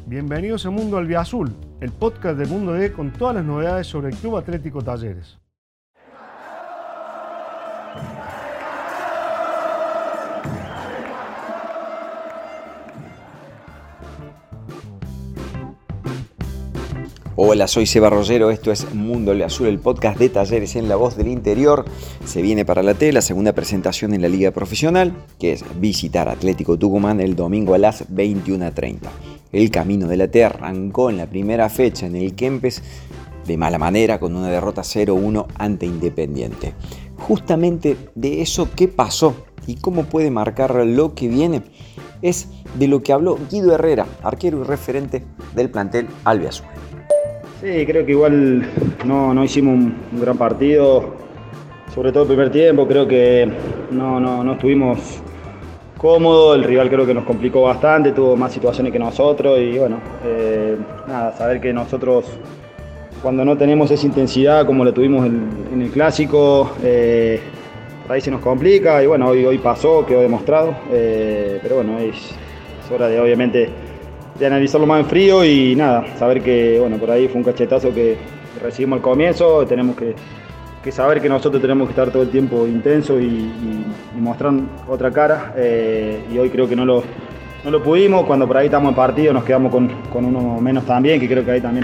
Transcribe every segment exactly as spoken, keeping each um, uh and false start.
Bienvenidos a Mundo Albiazul, el podcast de Mundo D con todas las novedades sobre el Club Atlético Talleres. Hola, soy Seba Rollero, esto es Mundo Albiazul, el podcast de Talleres en la Voz del Interior. Se viene para la T la segunda presentación en la Liga Profesional, que es visitar Atlético Tucumán el domingo a las veintiuna treinta. El camino de la T arrancó en la primera fecha en el Kempes de mala manera con una derrota cero uno ante Independiente. Justamente de eso, ¿qué pasó y cómo puede marcar lo que viene? Es de lo que habló Guido Herrera, arquero y referente del plantel albiazul. Sí, creo que igual no, no hicimos un, un gran partido, sobre todo el primer tiempo. Creo que no, no, no estuvimos cómodos, el rival creo que nos complicó bastante, tuvo más situaciones que nosotros y bueno, eh, nada, saber que nosotros cuando no tenemos esa intensidad como la tuvimos en, en el Clásico, eh, por ahí se nos complica y bueno, hoy, hoy pasó, quedó demostrado, eh, pero bueno, es, es hora de obviamente de analizarlo más en frío y nada, saber que bueno, por ahí fue un cachetazo que recibimos al comienzo, tenemos que, que saber que nosotros tenemos que estar todo el tiempo intenso y, y, y mostrar otra cara, eh, y hoy creo que no lo, no lo pudimos. Cuando por ahí estamos en partido nos quedamos con, con uno menos también, que creo que ahí también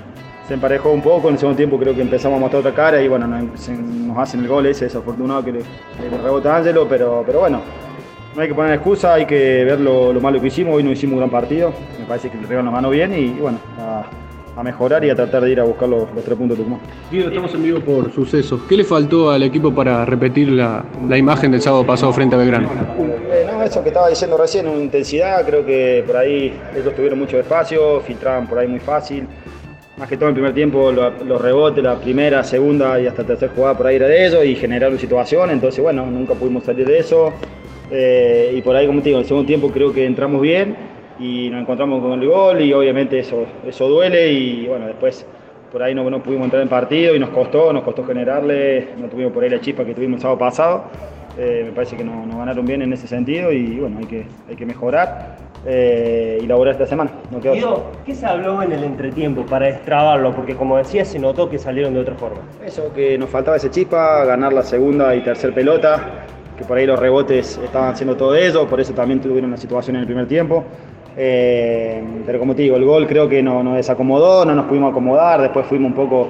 se emparejó un poco. En el segundo tiempo creo que empezamos a mostrar otra cara y bueno, nos, se, nos hacen el gol ese desafortunado que le, le rebota a Ángelo, pero, pero bueno, no hay que poner excusa, hay que ver lo, lo malo que hicimos. Hoy no hicimos un gran partido, me parece que el rival nos ganó bien y, y bueno, a, a mejorar y a tratar de ir a buscar los, los tres puntos de Tucumán. Guido, estamos en vivo por Sucesos. ¿Qué le faltó al equipo para repetir la, la imagen del sábado pasado frente a Belgrano? Eh, no, eso que estaba diciendo recién, una intensidad, creo que por ahí ellos tuvieron mucho espacio, filtraban por ahí muy fácil. Más que todo en el primer tiempo, los, los rebotes, la primera, segunda y hasta tercera jugada por ahí era de ellos y generaron situación, entonces bueno, nunca pudimos salir de eso. Eh, y por ahí, como te digo, en el segundo tiempo creo que entramos bien y nos encontramos con el gol y obviamente eso, eso duele y bueno, después por ahí no, no pudimos entrar en partido y nos costó, nos costó generarle, no tuvimos por ahí la chispa que tuvimos el sábado pasado. Eh, me parece que nos, nos ganaron bien en ese sentido y bueno, hay que, hay que mejorar eh, y laburar esta semana. No quedó Guido, ¿qué se habló en el entretiempo para destrabarlo? Porque como decías, se notó que salieron de otra forma. Eso, que nos faltaba esa chispa, ganar la segunda y tercera pelota, que por ahí los rebotes estaban haciendo todo eso, por eso también tuvieron una situación en el primer tiempo. Eh, pero como te digo, el gol creo que nos, nos desacomodó, no nos pudimos acomodar, después fuimos un poco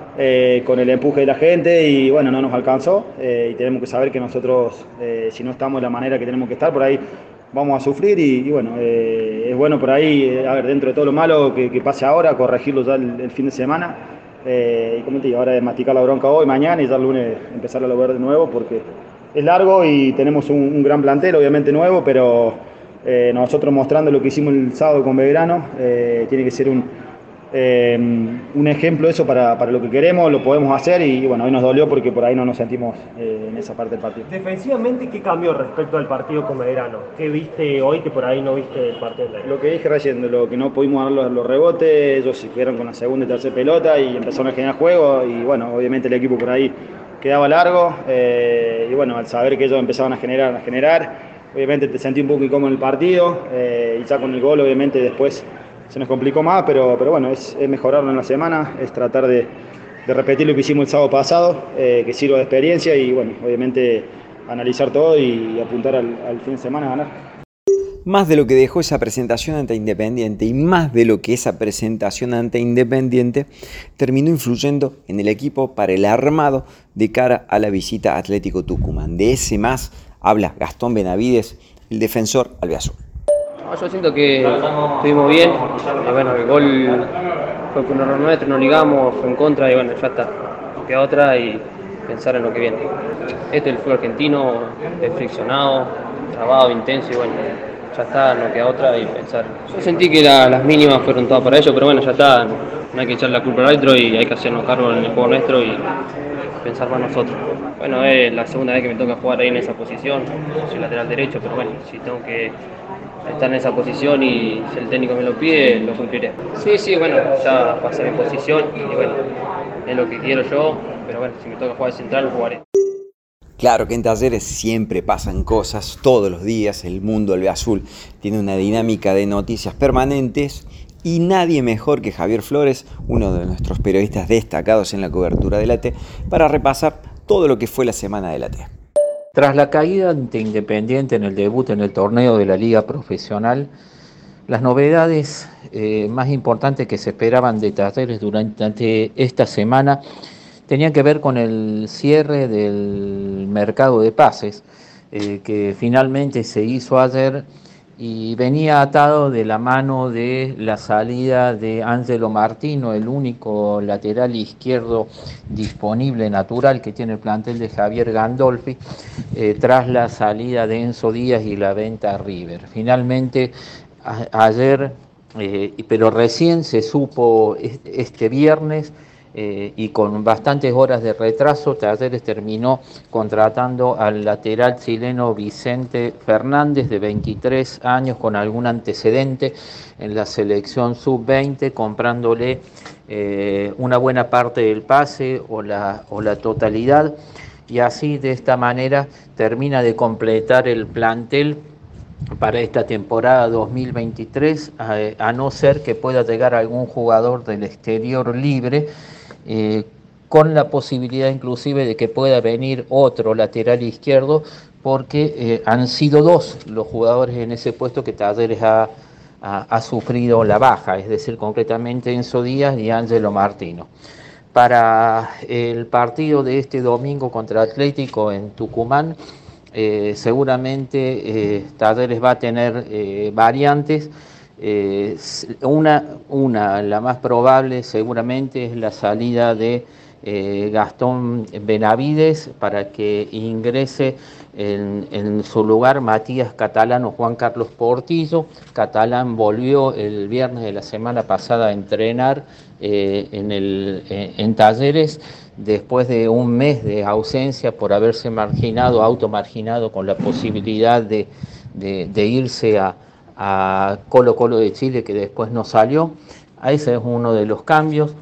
eh, con el empuje de la gente y bueno, no nos alcanzó. Eh, y tenemos que saber que nosotros, eh, si no estamos de la manera que tenemos que estar, por ahí vamos a sufrir y, y bueno, eh, es bueno por ahí, eh, a ver, dentro de todo lo malo que, que pase ahora, corregirlo ya el, el fin de semana. Eh, y como te digo, ahora es masticar la bronca hoy, mañana y ya el lunes empezar a lograr de nuevo porque es largo y tenemos un, un gran plantel, obviamente nuevo, pero eh, nosotros mostrando lo que hicimos el sábado con Belgrano, eh, tiene que ser un, eh, un ejemplo eso para, para lo que queremos, lo podemos hacer y bueno, hoy nos dolió porque por ahí no nos sentimos eh, en esa parte del partido. Defensivamente, ¿qué cambió respecto al partido con Belgrano? ¿Qué viste hoy que por ahí no viste el partido de Lo que dije recién, lo que no pudimos dar los, los rebotes, ellos se quedaron con la segunda y tercera pelota y empezaron a generar juego y bueno, obviamente el equipo por ahí quedaba largo eh, y bueno, al saber que ellos empezaban a generar, a generar, obviamente te sentí un poco incómodo en el partido eh, y ya con el gol obviamente después se nos complicó más, pero, pero bueno, es, es mejorarlo en la semana, es tratar de, de repetir lo que hicimos el sábado pasado, eh, que sirva de experiencia y bueno, obviamente analizar todo y, y apuntar al, al fin de semana a ganar. Más de lo que dejó esa presentación ante Independiente y más de lo que esa presentación ante Independiente terminó influyendo en el equipo para el armado de cara a la visita a Atlético Tucumán. De ese más habla Gastón Benavides, el defensor albiazul. Yo siento que estuvimos bien, y bueno, el gol fue por un error nuestro, nos ligamos, fue en contra y bueno, ya está, nos queda otra y pensar en lo que viene. Este es el fútbol argentino, es friccionado, trabado, intenso y bueno, ya está, no queda otra y pensar. Yo sentí que la, las mínimas fueron todas para ellos, pero bueno, ya está, no hay que echar la culpa al árbitro y hay que hacernos cargo en el juego nuestro y pensar más nosotros. Bueno, es la segunda vez que me toca jugar ahí en esa posición, soy lateral derecho, pero bueno, si tengo que estar en esa posición y si el técnico me lo pide, lo cumpliré. Sí, sí, bueno, ya pasé mi posición y bueno, es lo que quiero yo, pero bueno, si me toca jugar de central, jugaré. Claro que en Talleres siempre pasan cosas, todos los días, el mundo albiazul tiene una dinámica de noticias permanentes Y nadie mejor que Javier Flores, uno de nuestros periodistas destacados en la cobertura de la T, para repasar todo lo que fue la semana de la T. Tras la caída ante Independiente en el debut en el torneo de la Liga Profesional, las novedades eh, más importantes que se esperaban de Talleres durante esta semana tenían que ver con el cierre del mercado de pases, eh, que finalmente se hizo ayer y venía atado de la mano de la salida de Ángelo Martino, el único lateral izquierdo disponible natural que tiene el plantel de Javier Gandolfi, eh, tras la salida de Enzo Díaz y la venta a River. Finalmente, a, ayer, eh, pero recién se supo este viernes, Eh, y con bastantes horas de retraso, Talleres terminó contratando al lateral chileno Vicente Fernández, de veintitrés años, con algún antecedente en la selección sub veinte, comprándole eh, una buena parte del pase o la, o la totalidad, y así de esta manera termina de completar el plantel para esta temporada dos mil veintitrés, a, a no ser que pueda llegar algún jugador del exterior libre, eh, con la posibilidad inclusive de que pueda venir otro lateral izquierdo, porque eh, han sido dos los jugadores en ese puesto que Talleres ha, ha, ha sufrido la baja, es decir, concretamente Enzo Díaz y Ángelo Martino. Para el partido de este domingo contra Atlético en Tucumán, Eh, seguramente eh, Talleres va a tener eh, variantes. Eh, una, una, la más probable seguramente es la salida de eh, Gastón Benavides para que ingrese en, en su lugar Matías Catalán o Juan Carlos Portillo. Catalán volvió el viernes de la semana pasada a entrenar eh, en, el, eh, en Talleres, después de un mes de ausencia por haberse marginado, automarginado, con la posibilidad de, de, de irse a, a Colo Colo de Chile, que después no salió. Ese es uno de los cambios.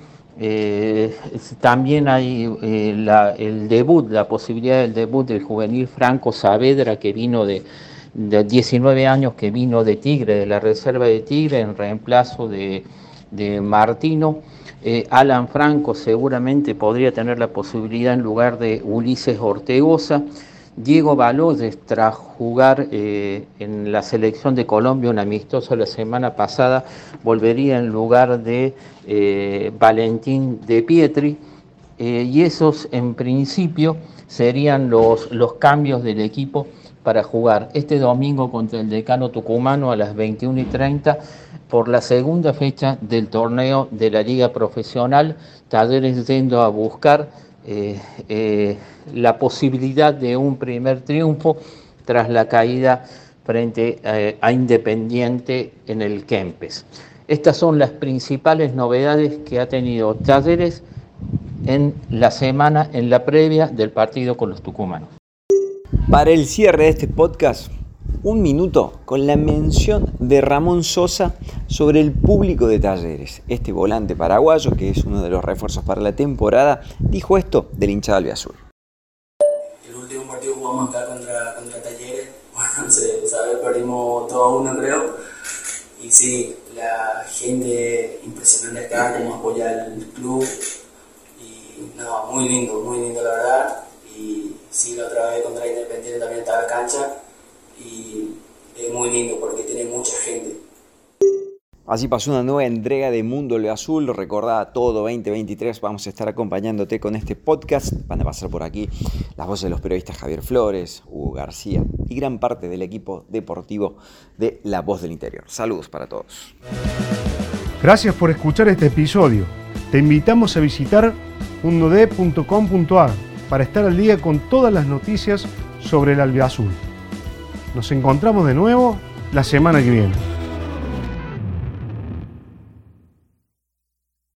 Eh, también hay eh, la, el debut, la posibilidad del debut del juvenil Franco Saavedra, que vino de, de diecinueve años, que vino de Tigre, de la reserva de Tigre, en reemplazo de, de Martino. Eh, Alan Franco seguramente podría tener la posibilidad en lugar de Ulises Ortegoza. Diego Baloyes, tras jugar eh, en la selección de Colombia un amistoso la semana pasada, volvería en lugar de eh, Valentín de Pietri, eh, y esos en principio serían los, los cambios del equipo para jugar este domingo contra el Decano Tucumano a las veintiuna y treinta por la segunda fecha del torneo de la Liga Profesional. Talleres yendo a buscar eh, eh, la posibilidad de un primer triunfo tras la caída frente eh, a Independiente en el Kempes. Estas son las principales novedades que ha tenido Talleres en la semana, en la previa del partido con los tucumanos. Para el cierre de este podcast, un minuto con la mención de Ramón Sosa sobre el público de Talleres. Este volante paraguayo, que es uno de los refuerzos para la temporada, dijo esto del hinchada albiazul. El último partido jugamos acá contra, contra Talleres, bueno, se sabe, perdimos dos a uno creo, y sí, la gente impresionante acá, cómo apoya al club, y no, muy lindo, muy lindo la verdad, y sí, la otra vez contra Independiente también estaba la cancha, y es muy lindo porque tiene mucha gente. Así pasó una nueva entrega de Mundo Albiazul. Recordá, todo veinte veintitrés vamos a estar acompañándote con este podcast. Van a pasar por aquí las voces de los periodistas Javier Flores, Hugo García y gran parte del equipo deportivo de La Voz del Interior. Saludos para todos. Gracias por escuchar este episodio. Te invitamos a visitar mundo d punto com punto a r para estar al día con todas las noticias sobre el albiazul. Nos encontramos de nuevo la semana que viene.